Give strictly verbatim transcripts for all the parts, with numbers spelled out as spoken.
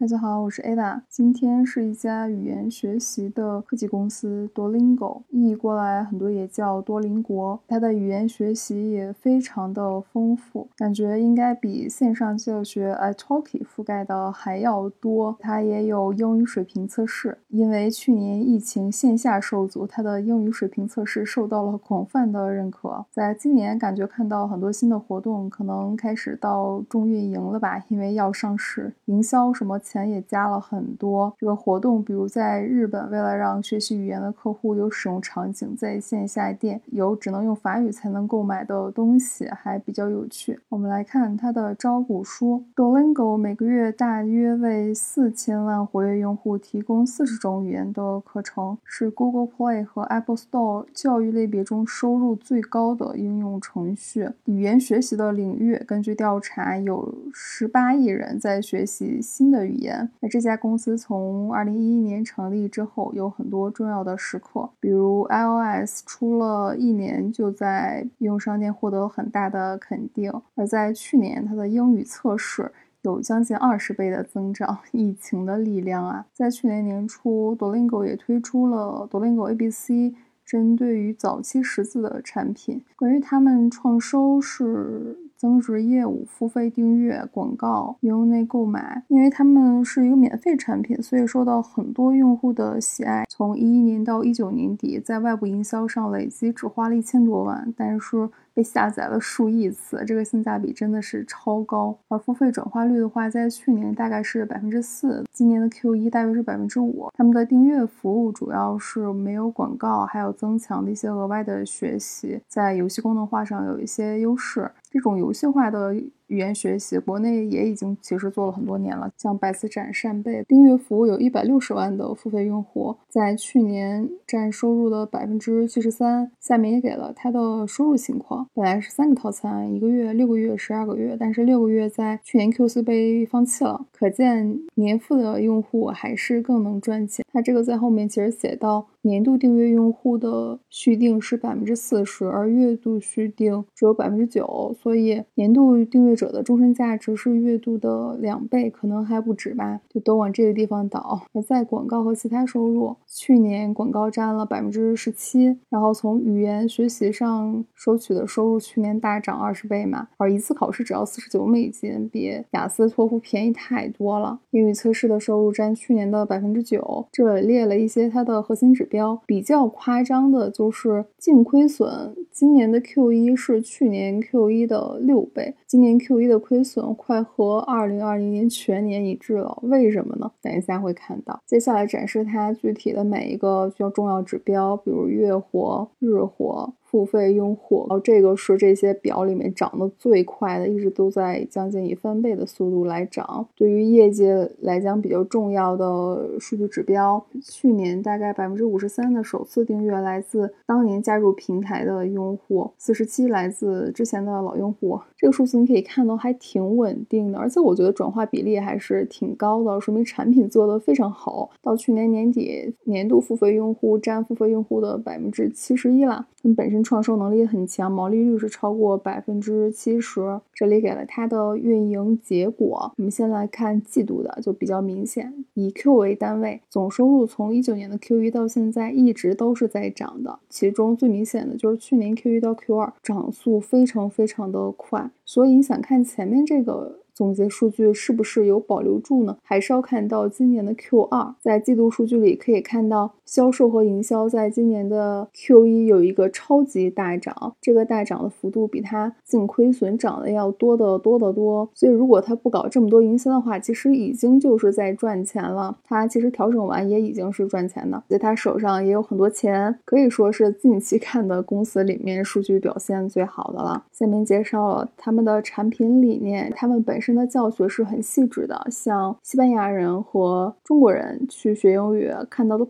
大家好，我是 Ada。今天是一家语言学习的科技公司 Duolingo， 译译过来很多也叫多邻国。它的语言学习也非常的丰富，感觉应该比线上教学 italki 覆盖的还要多。它也有英语水平测试，因为去年疫情线下受阻，它的英语水平测试受到了广泛的认可。在今年感觉看到很多新的活动，可能开始到重运营了吧，因为要上市，营销什么钱也加了很多。这个活动比如在日本，为了让学习语言的客户有使用场景，在线下店有只能用法语才能购买的东西，还比较有趣。我们来看它的招股书。 Duolingo 每个月大约为四千万活跃用户提供四十种语言的课程，是 Google Play 和 Apple Store 教育类别中收入最高的应用程序。语言学习的领域，根据调查有十八亿人在学习新的语言。那这家公司从二零一一年成立之后，有很多重要的时刻，比如 iOS 出了一年就在应用商店获得很大的肯定，而在去年它的英语测试有将近二十倍的增长。疫情的力量啊！在去年年初 Duolingo 也推出了 Duolingo A B C， 针对于早期识字的产品。关于他们创收是增值业务、付费订阅、广告、应用内购买。因为他们是一个免费产品，所以受到很多用户的喜爱。从一一年到一九年底，在外部营销上累计只花了一千多万，但是被下载了数亿次，这个性价比真的是超高。而付费转化率的话，在去年大概是百分之四，今年的 Q 一 大约是百分之五。他们的订阅服务主要是没有广告，还有增强的一些额外的学习，在游戏功能化上有一些优势。这种游戏化的语言学习，国内也已经其实做了很多年了，像百词斩扇贝订阅服务有一百六十万的付费用户，在去年占收入的百分之七十三。下面也给了它的收入情况，本来是三个套餐，一个月、六个月、十二个月，但是六个月在去年 Q 四 被放弃了，可见年付的用户还是更能赚钱。它这个在后面其实写到，年度订阅用户的续订是百分之四十，而月度续订只有百分之九，所以年度订阅者的终身价值是月度的两倍，可能还不止吧，就都往这个地方倒。而在广告和其他收入，去年广告占了百分之十七，然后从语言学习上收取的收入去年大涨二十倍嘛，而一次考试只要四十九美金，比雅思托福便宜太多了。英语测试的收入占去年的百分之九，这里列了一些它的核心指标。比较夸张的就是净亏损，今年的 Q 一 是去年 Q 一 的六倍，今年 Q 一 的亏损快和二零二零年全年一致了。为什么呢？等一下会看到。接下来展示它具体的每一个比较重要指标，比如月活、日活、付费用户，然后这个是这些表里面涨得最快的，一直都在将近以翻倍的速度来涨。对于业界来讲比较重要的数据指标，去年大概百分之五十三的首次订阅来自当年加入平台的用户，四十七来自之前的老用户。这个数字你可以看到还挺稳定的，而且我觉得转化比例还是挺高的，说明产品做得非常好。到去年年底，年度付费用户占付费用户的百分之七十一了，他们本身创收能力也很强，毛利率是超过百分之七十。这里给了它的运营结果，我们先来看季度的，就比较明显。以 Q 为单位，总收入从一九年的 Q 一 到现在一直都是在涨的，其中最明显的就是去年 Q 一 到 Q 二 涨速非常非常的快。所以你想看前面这个总结数据是不是有保留住呢？还是要看到今年的 Q 二。在季度数据里可以看到，销售和营销在今年的 Q 一 有一个超级大涨，这个大涨的幅度比它净亏损涨的要多得多得多。所以如果它不搞这么多营销的话，其实已经就是在赚钱了。它其实调整完也已经是赚钱的，所以它手上也有很多钱，可以说是近期看的公司里面数据表现最好的了。下面介绍了他们的产品理念，他们本身的教学是很细致的，像西班牙人和中国人去学英语看到的课程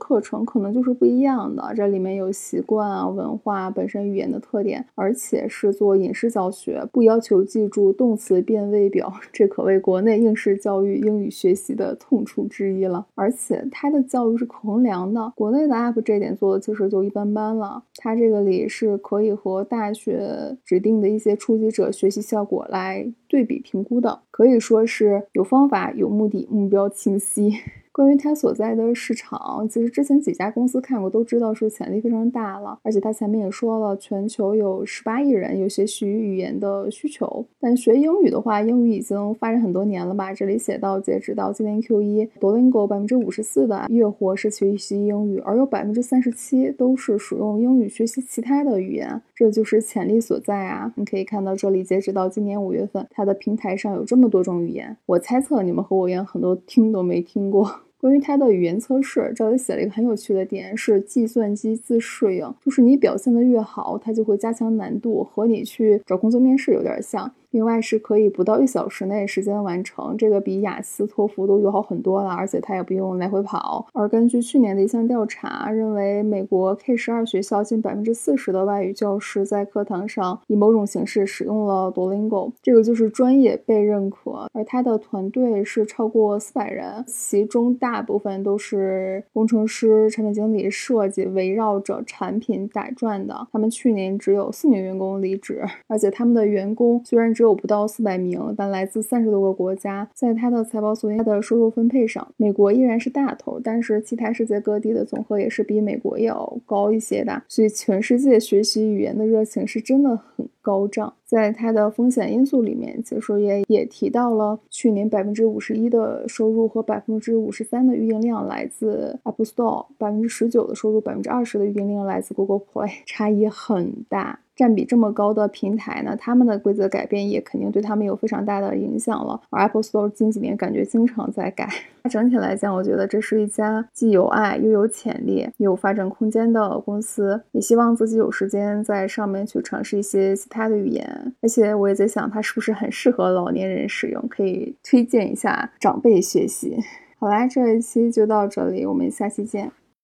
可能就是不一样的，这里面有习惯啊、文化、本身语言的特点，而且是做影视教学，不要求记住动词变位表，这可谓国内应试教育英语学习的痛处之一了。而且它的教育是可衡量的，国内的 app 这点做的其实就一般般了，它这个里是可以和大学指定的一些初级者学习效果来对比评估的，可以说是有方法、有目的、目标清晰。关于它所在的市场，其实之前几家公司看过都知道是潜力非常大了，而且它前面也说了，全球有十八亿人有学习语言的需求。但学英语的话，英语已经发展很多年了吧，这里写到截止到今年 Q 一 Duolingo 百分之五十四 的月活是学习英语，而有 百分之三十七 都是使用英语学习其他的语言，这就是潜力所在啊。你可以看到这里截止到今年五月份，它的平台上有这么多种语言，我猜测你们和我一样很多听都没听过。关于它的语言测试，这里写了一个很有趣的点，是计算机自适应，就是你表现得越好，它就会加强难度，和你去找工作面试有点像。另外是可以不到一小时内时间完成，这个比雅思托福都友好很多了，而且它也不用来回跑。而根据去年的一项调查认为，美国 K 十二 学校近 百分之四十 的外语教师在课堂上以某种形式使用了 Duolingo， 这个就是专业被认可。而他的团队是超过四百人，其中大部分都是工程师、产品经理、设计，围绕着产品打转的。他们去年只有四名员工离职，而且他们的员工虽然只有不到四百名，但来自三十多个国家。在他的财报所言的收入分配上，美国依然是大头，但是其他世界各地的总和也是比美国要高一些的。所以全世界学习语言的热情是真的很高涨。在它的风险因素里面，解说员也提到了去年 百分之五十一 的收入和 百分之五十三 的预订量来自 Apple Store， 百分之十九 的收入 百分之二十 的预订量来自 Google Play， 差异很大。占比这么高的平台呢，他们的规则改变也肯定对他们有非常大的影响了。而 Apple Store 近几年感觉经常在改。整体来讲，我觉得这是一家既有爱又有潜力、有发展空间的公司，也希望自己有时间在上面去尝试一些其他的语言。而且我也在想，它是不是很适合老年人使用，可以推荐一下长辈学习。好啦，这一期就到这里，我们下期见。